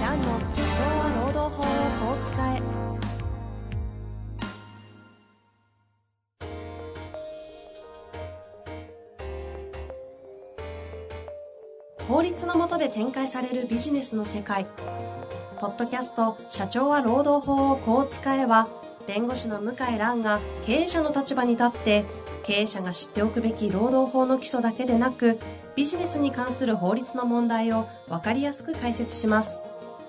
蘭の社長は労働法をこう使え。法律の下で展開されるビジネスの世界。ポッドキャスト社長は労働法をこう使えは、弁護士の向井蘭が経営者の立場に立って経営者が知っておくべき労働法の基礎だけでなく、ビジネスに関する法律の問題を分かりやすく解説します。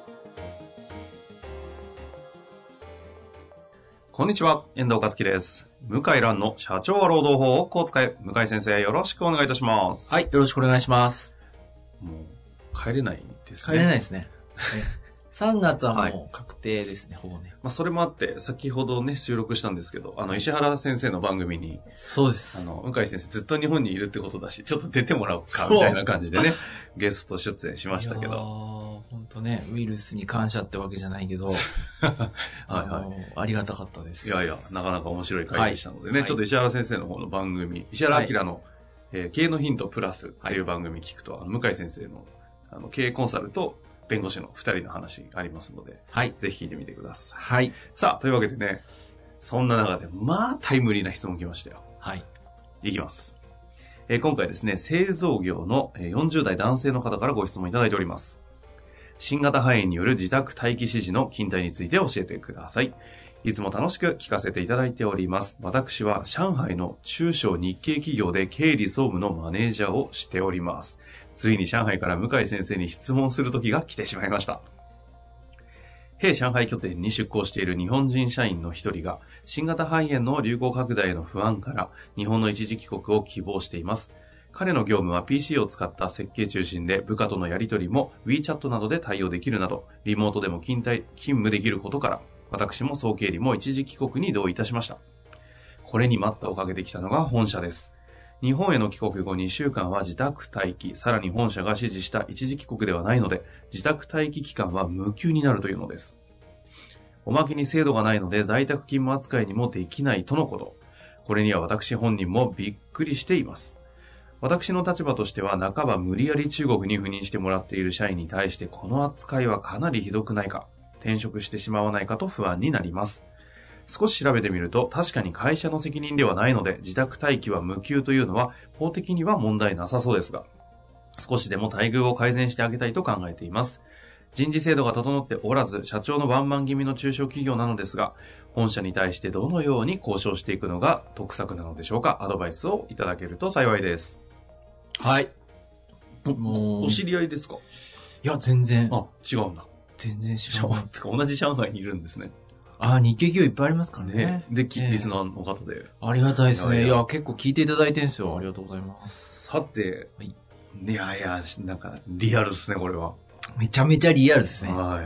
こんにちは、遠藤和樹です。向井蘭の社長は労働法をこう使え。向井先生、よろしくお願いいたします。 はい、よろしくお願いします。 もう帰れないですね。 帰れないですね。3月はもう確定ですね、ほぼね。 それもあって、先ほどね、収録したんですけど、石原先生の番組に、 そうです。 向井先生ずっと日本にいるってことだし、ちょっと出てもらおうか、みたいな感じでね、ゲスト出演しましたけど。 本当ね、ウイルスに感謝ってわけじゃないけど、ありがたかったです。 いやいや、なかなか面白い回でしたのでね、ちょっと石原先生の方の番組、石原明の、経営のヒントプラスっていう番組聞くと、向井先生の、経営コンサルと、弁護士の2人の話がありますので、 はい。 ぜひ聞いてみてください。 はい。 さあ、というわけでね、そんな中で、タイムリーな質問来ましたよ。 はい。 いきます。今回ですね、製造業の40代男性の方からご質問いただいております。新型肺炎による自宅待機指示の勤怠について教えてください。いつも楽しく聞かせていただいております。私は上海の中小日系企業で経理総務のマネージャーをしております。ついに上海から向井先生に質問する時が来てしまいました。弊上海拠点に出向している日本人社員の一人が新型肺炎の流行拡大への不安から日本の一時帰国を希望しています。彼の業務は PC を使った設計中心で部下とのやり取りも WeChat などで対応できるなどリモートでも勤務できることから私も早経理も一時帰国に同意いたしました。これに待ったをかけてきたのが本社です。日本への帰国後2週間は自宅待機、さらに本社が指示した一時帰国ではないので、自宅待機期間は無給になるというのです。おまけに制度がないので在宅勤務扱いにもできないとのこと。これには私本人もびっくりしています。私の立場としては半ば無理やり中国に赴任してもらっている社員に対してこの扱いはかなりひどくないか、転職してしまわないかと不安になります。少し調べてみると確かに会社の責任ではないので自宅待機は無給というのは法的には問題なさそうですが、少しでも待遇を改善してあげたいと考えています。人事制度が整っておらず社長のワンマン気味の中小企業なのですが、本社に対してどのように交渉していくのが得策なのでしょうか。アドバイスをいただけると幸いです。 はい。 お知り合いですか？ いや、全然。 違うんだ。 全然知らない。 同じ上海にいるんですね。 日系企業いっぱいありますからね。 で、リスナーの方で。 ありがたいですね。いや、結構聞いていただいてるんですよ。ありがとうございます。 さて、いや、なんか、リアルですね、これは。 めちゃめちゃリアルですね。 はい。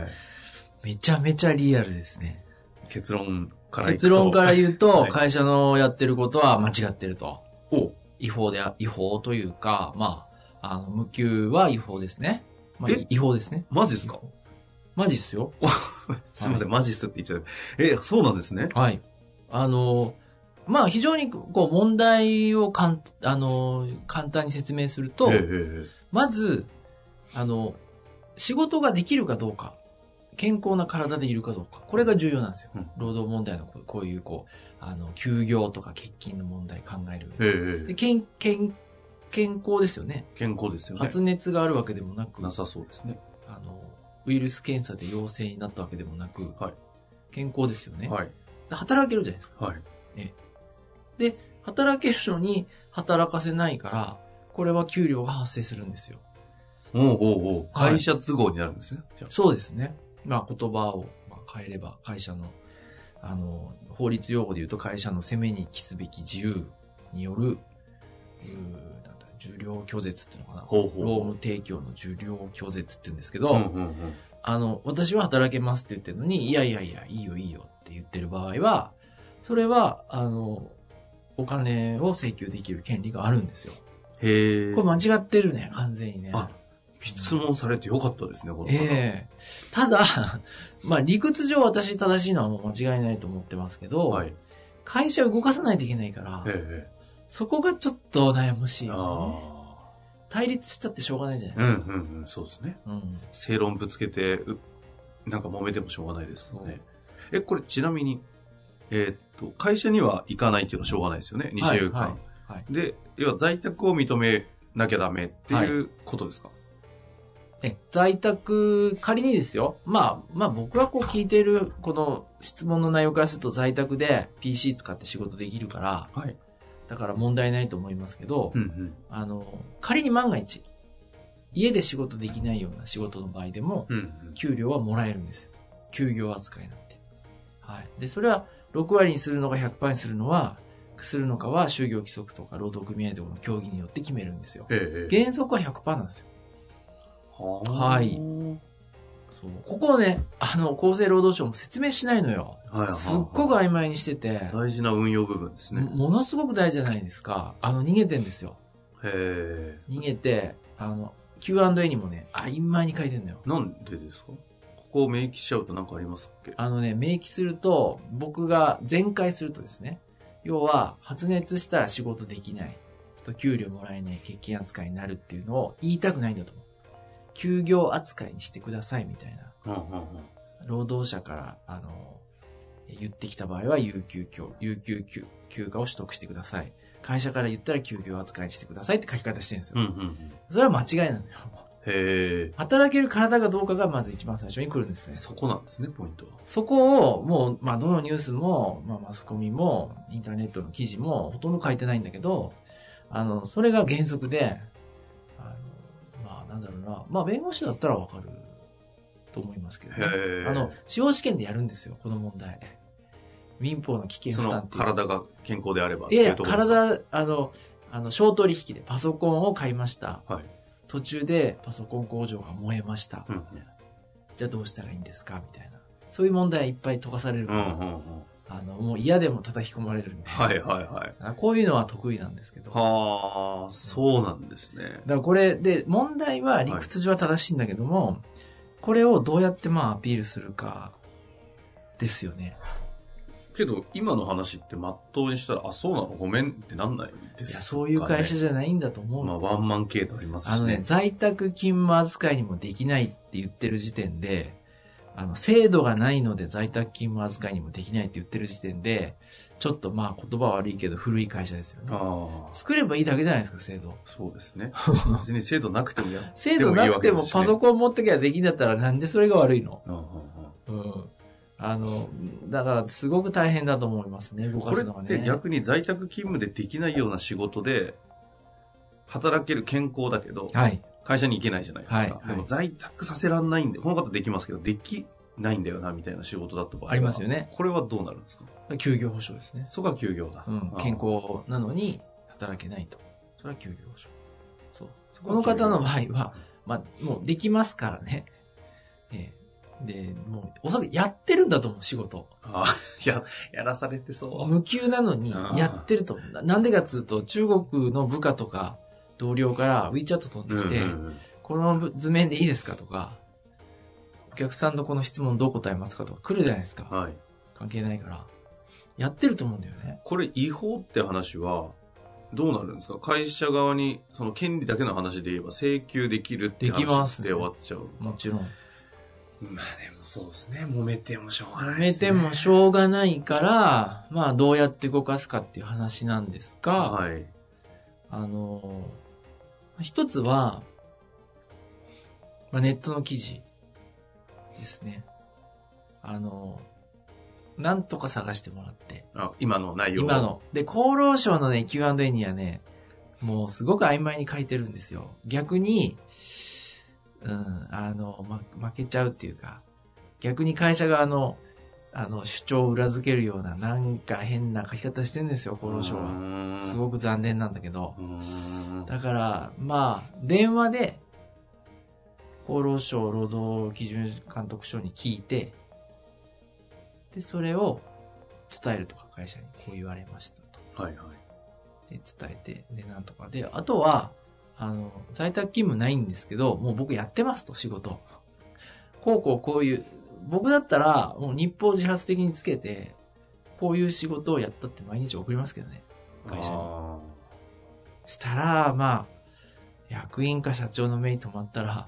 めちゃめちゃリアルですね。 結論から言うと、会社のやってることは間違ってると。違法というか、無給は違法ですね。違法ですね。 マジですか？ マジっすよ。 すいません、マジっすって言っちゃう。そうなんですね。 はい。非常に問題を簡単に説明すると、まず、仕事ができるかどうか、健康な体でいるかどうか、これが重要なんですよ。労働問題のこういう休業とか欠勤の問題考える。で健康ですよね。 健康ですよね。 発熱があるわけでもなく。 なさそうですね。 ウイルス検査で陽性になったわけでもなく、健康ですよね。働けるじゃないですか。で、働けるのに働かせないから、これは給料が発生するんですよ。 会社都合になるんですね。 そうですね。言葉を変えれば、会社の、法律用語で言うと会社の責めに帰すべき自由による、受領拒絶っていうのかな。労務提供の受領拒絶って言うんですけど、私は働けますって言ってるのに、いや、いいよって言ってる場合は、それは、お金を請求できる権利があるんですよ。これ間違ってるね、完全にね。 質問されてよかったですね、このただ、理屈上私正しいのはもう間違いないと思ってますけど、会社を動かさないといけないから、そこがちょっと悩ましいよね。対立したってしょうがないじゃないですか。 そうですね。正論ぶつけて、 なんか揉めてもしょうがないですもんね。これちなみに、会社には行かないっていうのはしょうがないですよね。2週間。 はいはい、 で、要は在宅を認めなきゃダメっていうことですか？ 在宅、仮にですよ。まあ僕はこう聞いているこの質問の内容からすると在宅で PC 使って仕事できるから、 はい、 だから問題ないと思いますけど、 うんうん、 仮に万が一、家で仕事できないような仕事の場合でも、給料はもらえるんですよ。休業扱いなんて。はい。で、それは6割にするのか 100% にするのかは就業規則とか労働組合とかの協議によって決めるんですよ。原則は 100% なんですよ。はい。そう。ここをね、厚生労働省も説明しないのよ。すっごく曖昧にしてて。 大事な運用部分ですね。 ものすごく大事じゃないですか。逃げてんですよ。 逃げて、Q&A にもね、曖昧に書いてんのよ。 なんでですか？ここを明記しちゃうと何かありますっけ？ 明記すると、僕が全開するとですね、要は、発熱したら仕事できない。給料もらえない欠勤扱いになるっていうのを言いたくないんだと思う。休業扱いにしてくださいみたいな。労働者から、言ってきた場合は有給休暇を取得してください。会社から言ったら休業扱いにしてくださいって書き方してるんですよ。それは間違いなのよ。働ける体がどうかがまず一番最初に来るんですね。 そこなんですね、ポイントは。 そこを、もう、どのニュースも、マスコミも、インターネットの記事も、ほとんど書いてないんだけど、それが原則で、なんだろうな、弁護士だったらわかると思いますけどね。司法試験でやるんですよ、この問題。民法の危険負担っていう。 体が健康であれば。 いや、体、商取引でパソコンを買いました。 はい。 途中でパソコン工場が燃えました。じゃあどうしたらいいんですかみたいな。そういう問題いっぱい解かされるから、もう嫌でも叩き込まれるんで。こういうのは得意なんですけど。 はあ、そうなんですね。 だからこれで、問題は理屈上は正しいんだけども、これをどうやってアピールするかですよね。 けど、今の話って真っ当にしたら、そうなのごめんってなんないですかね。 いや、そういう会社じゃないんだと思う。 ワンマン系とありますしね。 在宅勤務扱いにもできないって言ってる時点で、制度がないので在宅勤務扱いにもできないって言ってる時点で、ちょっと言葉悪いけど古い会社ですよね。作ればいいだけじゃないですか、制度。 そうですね。別に制度なくてもやってもいいわけですし、ね。 制度なくてもパソコン持ってきゃできんだったらなんでそれが悪いの？だからすごく大変だと思いますね、動かすのがね。 これって逆に在宅勤務でできないような仕事で、働ける健康だけど、会社に行けないじゃないですか。でも在宅させらんないんで、この方できますけど、できないんだよな、みたいな仕事だった場合は。 ありますよね。 これはどうなるんですか？ 休業保障ですね。 そこは休業だ。 健康なのに働けないと。それは休業保障。そう。この方の場合は、もうできますからね。で、もう、おそらくやってるんだと思う、仕事。 やらされてそう。 無給なのに、やってると思う。なんでかっつうと、中国の部下とか、同僚から WeChat 飛んできて、この図面でいいですかとか、お客さんのこの質問どう答えますかとか来るじゃないですか。関係ないから。やってると思うんだよね。 これ違法って話は、どうなるんですか？会社側に、その権利だけの話で言えば請求できるって話で終わっちゃう。 できますね。もちろん。 でもそうですね。揉めてもしょうがないですね。揉めてもしょうがないから、どうやって動かすかっていう話なんですが、一つは、ネットの記事ですね。なんとか探してもらって。 今の内容今の。で、厚労省のね、Q&A にはね、もうすごく曖昧に書いてるんですよ。逆に、負けちゃうっていうか、逆に会社側の、主張を裏付けるような、なんか変な書き方してるんですよ、厚労省は。すごく残念なんだけど。だから、電話で、厚労省労働基準監督署に聞いて、で、それを伝えるとか、会社にこう言われましたと。で、伝えて、で、なんとか。で、あとは、在宅勤務ないんですけど、もう僕やってますと、仕事。こういう、僕だったら、もう日報自発的につけて、こういう仕事をやったって毎日送りますけどね、会社に。したら、役員か社長の目に留まったら、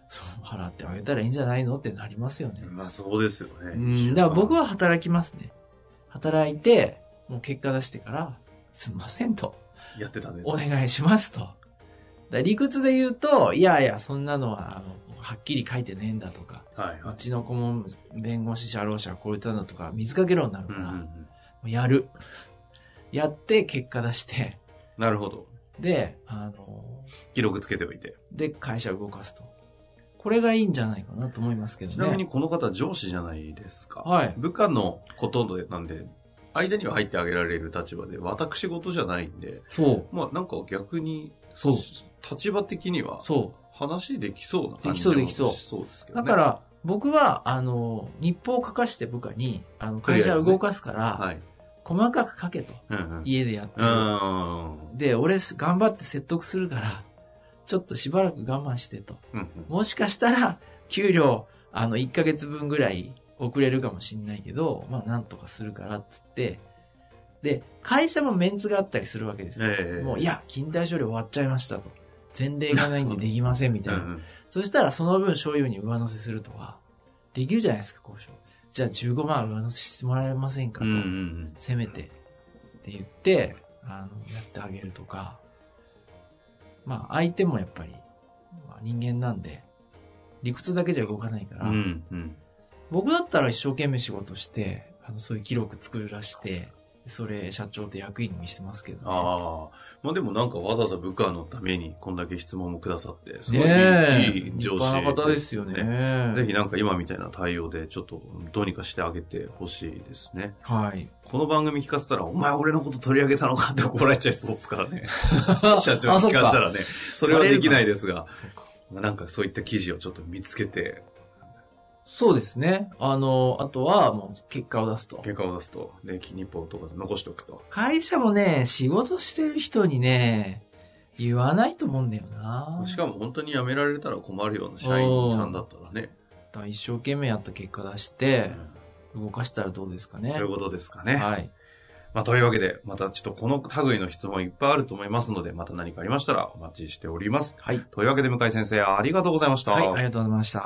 そう払ってあげたらいいんじゃないのってなりますよね。 まあそうですよね。 だから僕は働きますね。働いて、もう結果出してから、すんませんと。 やってたね。 お願いしますと。理屈で言うと、いやいや、そんなのは、はっきり書いてねえんだとか、 はいはい。 うちの顧問弁護士、社労士はこう言ったんだとか、水かけ論になるから、 うんうんうん、 もうやる。やって、結果出して、 なるほど。 で、 記録つけておいて。 で、会社を動かすと。これがいいんじゃないかなと思いますけどね。 ちなみにこの方上司じゃないですか。 はい。 部下のことなんで、間には入ってあげられる立場で、私事じゃないんで、 そう。 まあなんか逆に、 そう。 立場的には、 そう。 話できそうな感じできそう。 そうですけどね。 だから、僕は、日報を書かして部下に、会社を動かすから、はい、細かく書けと。 うんうん、 家でやってる。で、俺、頑張って説得するから、ちょっとしばらく我慢してと。 うんうん、 もしかしたら、給料、1ヶ月分ぐらい遅れるかもしんないけど、まあ、なんとかするから、つって、で、会社もメンツがあったりするわけですよ。もう、いや、勤怠処理終わっちゃいましたと。前例がないんでできませんみたいな。そしたらその分所有に上乗せするとか、できるじゃないですか、交渉。じゃあ15万上乗せしてもらえませんかと。せめて。って言って、やってあげるとか。まあ相手もやっぱり、まあ、人間なんで、理屈だけじゃ動かないから、僕だったら一生懸命仕事して、そういう記録作らして、それ社長と役員に見せますけどね。 ああ。まあでもなんかわざわざ部下のためにこんだけ質問もくださって、すごいいい上司、 立派な方ですよね。 ぜひなんか今みたいな対応でちょっとどうにかしてあげてほしいですね。 はい。 この番組聞かせたら、お前俺のこと取り上げたのかって怒られちゃいそうですからね。社長に聞かせたらね。それはできないですが、なんかそういった記事をちょっと見つけて、 そうですね。あとはもう結果を出すと。 結果を出すと。で、日報とかで残しておくと。 会社もね、仕事してる人にね、言わないと思うんだよな。 しかも本当に辞められたら困るような社員さんだったらね。 一生懸命やった結果出して、動かしたらどうですかね。 ということですかね。 はい。 まあ、というわけで、またちょっとこの類の質問いっぱいあると思いますので、また何かありましたらお待ちしております。 はい。 というわけで向井先生、ありがとうございました。 はい、ありがとうございました。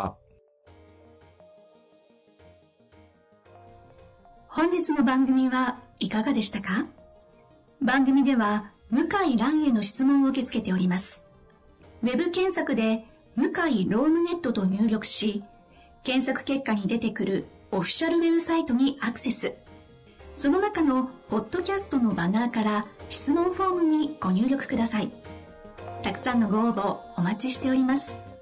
本日の番組はいかがでしたか？番組では向井蘭への質問を受け付けております。ウェブ検索で向井ロームネットと入力し、検索結果に出てくるオフィシャルウェブサイトにアクセス。その中のポッドキャストのバナーから質問フォームにご入力ください。たくさんのご応募お待ちしております。